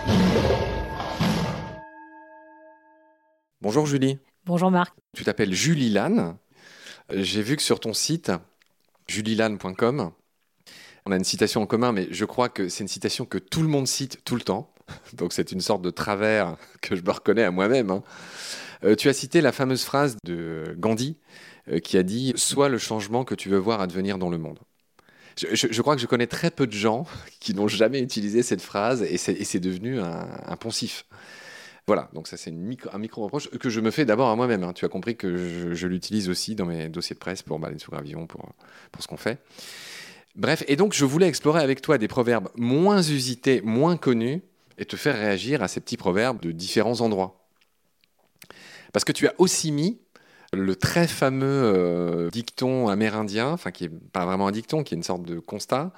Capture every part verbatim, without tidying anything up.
Bonjour Julie. Bonjour Marc. Tu t'appelles Julie Lannes. J'ai vu que sur ton site, julie lannes point com, on a une citation en commun, mais je crois que c'est une citation que tout le monde cite tout le temps. Donc c'est une sorte de travers que je me reconnais à moi-même. Hein. Euh, tu as cité la fameuse phrase de Gandhi euh, qui a dit « Sois le changement que tu veux voir advenir dans le monde ». Je, je, je crois que je connais très peu de gens qui n'ont jamais utilisé cette phrase et c'est, et c'est devenu un, un poncif. Voilà, donc ça c'est une micro, un micro-reproche que je me fais d'abord à moi-même. Hein. Tu as compris que je, je l'utilise aussi dans mes dossiers de presse pour Baleine sous gravillon, pour, pour ce qu'on fait. Bref, et donc je voulais explorer avec toi des proverbes moins usités, moins connus, et te faire réagir à ces petits proverbes de différents endroits. Parce que tu as aussi mis le très fameux euh, dicton amérindien, enfin qui n'est pas vraiment un dicton, qui est une sorte de constat.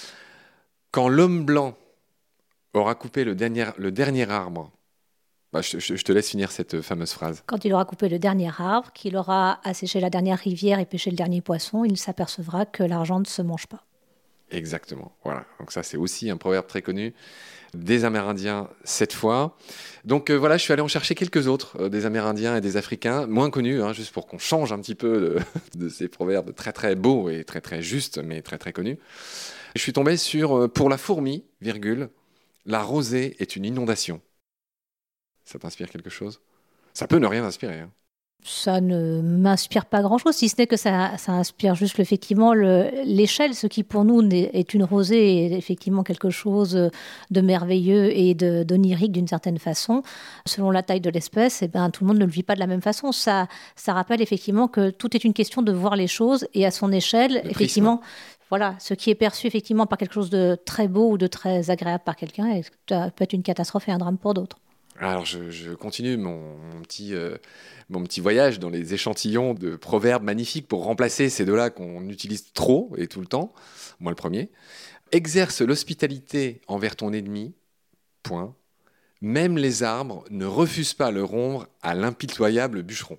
Quand l'homme blanc aura coupé le dernier, le dernier arbre, bah, je, je, je te laisse finir cette fameuse phrase. Quand il aura coupé le dernier arbre, qu'il aura asséché la dernière rivière et pêché le dernier poisson, il s'apercevra que l'argent ne se mange pas. Exactement, voilà. Donc ça, c'est aussi un proverbe très connu des Amérindiens cette fois. Donc euh, voilà, je suis allé en chercher quelques autres, euh, des Amérindiens et des Africains, moins connus, hein, juste pour qu'on change un petit peu de, de ces proverbes très très beaux et très très justes, mais très très connus. Je suis tombé sur euh, « Pour la fourmi, virgule, la rosée est une inondation ». Ça t'inspire quelque chose ? Ça peut ne rien inspirer. Hein. Ça ne m'inspire pas grand-chose, si ce n'est que ça, ça inspire juste effectivement le, l'échelle, ce qui pour nous est une rosée, est effectivement quelque chose de merveilleux et de, d'onirique d'une certaine façon. Selon la taille de l'espèce, eh ben, tout le monde ne le vit pas de la même façon. Ça, ça rappelle effectivement que tout est une question de voir les choses et à son échelle, le effectivement... prisme. Voilà, ce qui est perçu effectivement par quelque chose de très beau ou de très agréable par quelqu'un peut être une catastrophe et un drame pour d'autres. Alors, je, je continue mon, mon, petit, euh, mon petit voyage dans les échantillons de proverbes magnifiques pour remplacer ces deux-là qu'on utilise trop et tout le temps. Moi, le premier. Exerce l'hospitalité envers ton ennemi, point. Même les arbres ne refusent pas leur ombre à l'impitoyable bûcheron.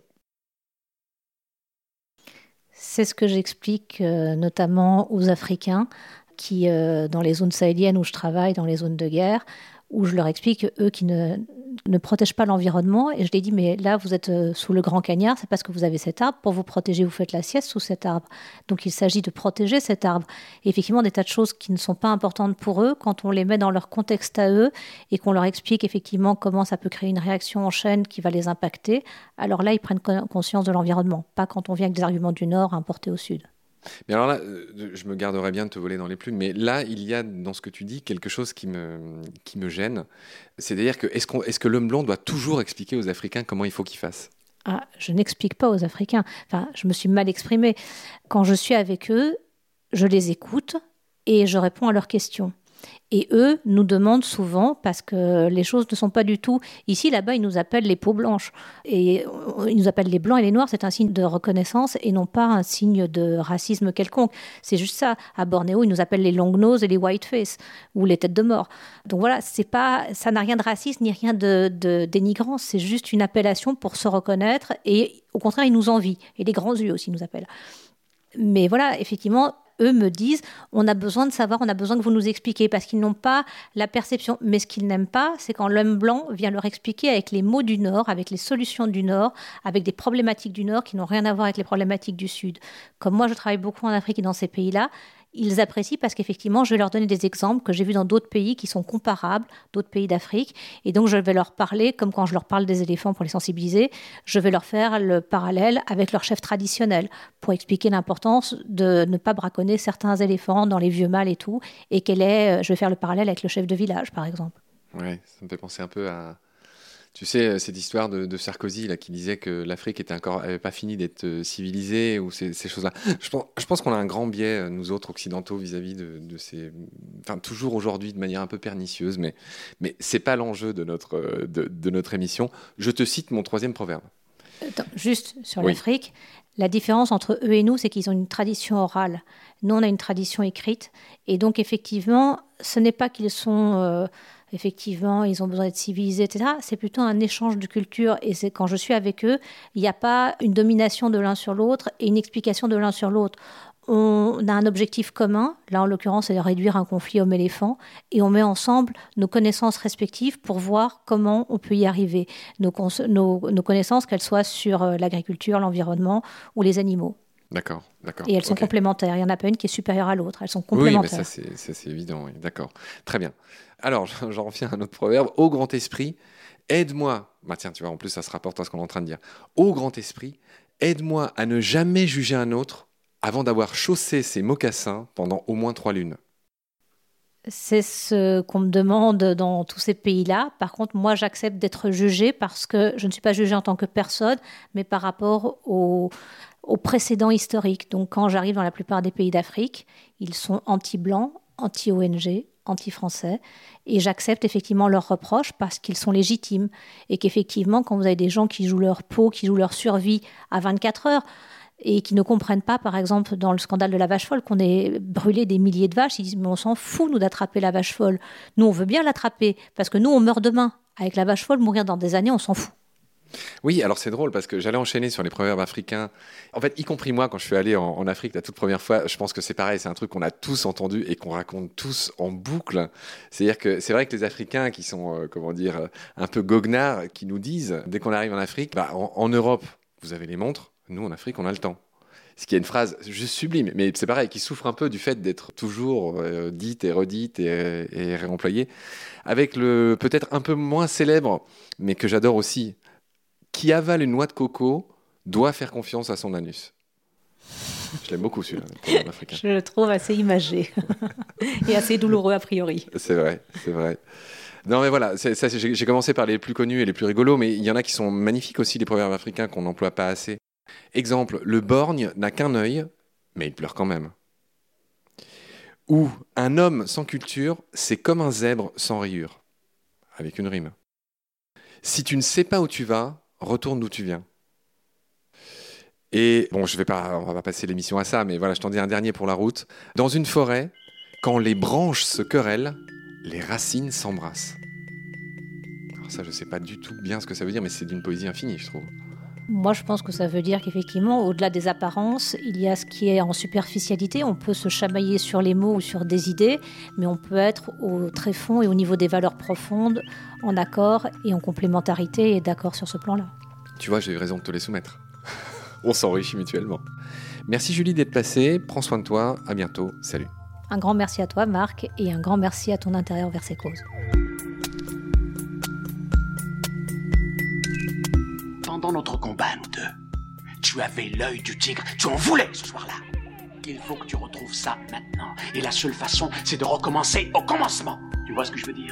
C'est ce que j'explique euh, notamment aux Africains qui, euh, dans les zones sahéliennes où je travaille, dans les zones de guerre, où je leur explique, eux qui ne, ne protègent pas l'environnement, et je les dis, mais là, vous êtes sous le grand cagnard, c'est parce que vous avez cet arbre, pour vous protéger, vous faites la sieste sous cet arbre. Donc il s'agit de protéger cet arbre. Et effectivement, des tas de choses qui ne sont pas importantes pour eux, quand on les met dans leur contexte à eux, et qu'on leur explique effectivement comment ça peut créer une réaction en chaîne qui va les impacter, alors là, ils prennent conscience de l'environnement, pas quand on vient avec des arguments du Nord importés au Sud. Mais alors là, je me garderais bien de te voler dans les plumes, mais là, il y a dans ce que tu dis quelque chose qui me, qui me gêne. C'est-à-dire que est-ce, qu'on, est-ce que l'homme blanc doit toujours expliquer aux Africains comment il faut qu'ils fassent ? Ah, je n'explique pas aux Africains. Enfin, je me suis mal exprimée. Quand je suis avec eux, je les écoute et je réponds à leurs questions. Et eux nous demandent souvent, parce que les choses ne sont pas du tout... Ici, là-bas, ils nous appellent les peaux blanches. Et ils nous appellent les blancs et les noirs. C'est un signe de reconnaissance et non pas un signe de racisme quelconque. C'est juste ça. À Bornéo, ils nous appellent les long nose et les white face, ou les têtes de mort. Donc voilà, c'est pas, ça n'a rien de raciste ni rien de, de dénigrant. C'est juste une appellation pour se reconnaître. Et au contraire, ils nous envient. Et les grands yeux aussi nous appellent. Mais voilà, effectivement... Eux me disent, on a besoin de savoir, on a besoin que vous nous expliquiez, parce qu'ils n'ont pas la perception. Mais ce qu'ils n'aiment pas, c'est quand l'homme blanc vient leur expliquer avec les mots du Nord, avec les solutions du Nord, avec des problématiques du Nord qui n'ont rien à voir avec les problématiques du Sud. Comme moi, je travaille beaucoup en Afrique et dans ces pays-là, ils apprécient parce qu'effectivement, je vais leur donner des exemples que j'ai vus dans d'autres pays qui sont comparables, d'autres pays d'Afrique. Et donc, je vais leur parler, comme quand je leur parle des éléphants pour les sensibiliser, je vais leur faire le parallèle avec leur chef traditionnel pour expliquer l'importance de ne pas braconner certains éléphants dans les vieux mâles et tout. Et quel est, je vais faire le parallèle avec le chef de village, par exemple. Ouais, ça me fait penser un peu à... Tu sais, cette histoire de, de Sarkozy là, qui disait que l'Afrique était encore, avait pas fini d'être civilisée, ou ces, ces choses-là. Je pense, je pense qu'on a un grand biais, nous autres occidentaux, vis-à-vis de, de ces... Enfin, toujours aujourd'hui, de manière un peu pernicieuse, mais, mais ce n'est pas l'enjeu de notre, de, de notre émission. Je te cite mon troisième proverbe. Attends, juste sur oui. l'Afrique, la différence entre eux et nous, c'est qu'ils ont une tradition orale. Nous, on a une tradition écrite. Et donc, effectivement, ce n'est pas qu'ils sont... Euh, effectivement, ils ont besoin d'être civilisés, et cetera. C'est plutôt un échange de culture. Et c'est quand je suis avec eux, il n'y a pas une domination de l'un sur l'autre et une explication de l'un sur l'autre. on a un objectif commun, là en l'occurrence c'est de réduire un conflit homme-éléphant, et on met ensemble nos connaissances respectives pour voir comment on peut y arriver. Nos, cons- nos, nos connaissances, qu'elles soient sur euh, l'agriculture, l'environnement ou les animaux. D'accord, d'accord. Et elles sont okay. complémentaires, il n'y en a pas une qui est supérieure à l'autre, elles sont Oui, complémentaires. mais ça c'est, ça, c'est évident, oui. D'accord. Très bien. Alors, j'en reviens à un autre proverbe. Ô grand esprit, aide-moi, bah tiens, tu vois, en plus ça se rapporte à ce qu'on est en train de dire. Ô grand esprit, aide-moi à ne jamais juger un autre avant d'avoir chaussé ses mocassins pendant au moins trois lunes. C'est ce qu'on me demande dans tous ces pays-là. Par contre, moi, j'accepte d'être jugée parce que je ne suis pas jugée en tant que personne, mais par rapport au, au précédent historique. Donc, quand j'arrive dans la plupart des pays d'Afrique, ils sont anti-blancs, anti-O N G, anti-français, et j'accepte effectivement leurs reproches parce qu'ils sont légitimes. Et qu'effectivement, quand vous avez des gens qui jouent leur peau, qui jouent leur survie à vingt-quatre heures, et qui ne comprennent pas, par exemple, dans le scandale de la vache folle, qu'on ait brûlé des milliers de vaches, ils disent « mais on s'en fout, nous, d'attraper la vache folle. Nous, on veut bien l'attraper, parce que nous, on meurt demain. Avec la vache folle, mourir dans des années, on s'en fout. » Oui, alors c'est drôle, parce que j'allais enchaîner sur les proverbes africains. En fait, y compris moi, quand je suis allé en, en Afrique la toute première fois, je pense que c'est pareil, c'est un truc qu'on a tous entendu et qu'on raconte tous en boucle. C'est-à-dire que c'est vrai que les Africains qui sont, euh, comment dire, un peu goguenards, qui nous disent, dès qu'on arrive en Afrique, bah, en, en Europe, vous avez les montres. Nous, en Afrique, on a le temps. Ce qui est une phrase juste sublime, mais c'est pareil, qui souffre un peu du fait d'être toujours euh, dite et redite et, et réemployée, avec le peut-être un peu moins célèbre, mais que j'adore aussi, qui avale une noix de coco doit faire confiance à son anus. Je l'aime beaucoup celui-là, le proverbe africain. Je le trouve assez imagé et assez douloureux a priori. C'est vrai, c'est vrai. Non mais voilà, c'est, ça, c'est, j'ai, j'ai commencé par les plus connus et les plus rigolos, mais il y en a qui sont magnifiques aussi, les proverbes africains qu'on n'emploie pas assez. Exemple, le borgne n'a qu'un œil, mais il pleure quand même. Ou un homme sans culture, c'est comme un zèbre sans rayures, avec une rime. Si tu ne sais pas où tu vas, retourne d'où tu viens. Et bon, je vais pas, on va pas passer l'émission à ça, mais voilà, je t'en dis un dernier pour la route. Dans une forêt, quand les branches se querellent, les racines s'embrassent. Alors ça, je sais pas du tout bien ce que ça veut dire, mais c'est d'une poésie infinie, je trouve. Moi, je pense que ça veut dire qu'effectivement, au-delà des apparences, il y a ce qui est en superficialité. On peut se chamailler sur les mots ou sur des idées, mais on peut être au tréfonds et au niveau des valeurs profondes, en accord et en complémentarité et d'accord sur ce plan-là. Tu vois, j'ai eu raison de te les soumettre. On s'enrichit mutuellement. Merci Julie d'être passée. Prends soin de toi. À bientôt. Salut. Un grand merci à toi, Marc, et un grand merci à ton intérieur vers ces causes. Pendant notre combat, nous deux, tu avais l'œil du tigre, tu en voulais ce soir-là. Il faut que tu retrouves ça maintenant. Et la seule façon, c'est de recommencer au commencement. Tu vois ce que je veux dire ?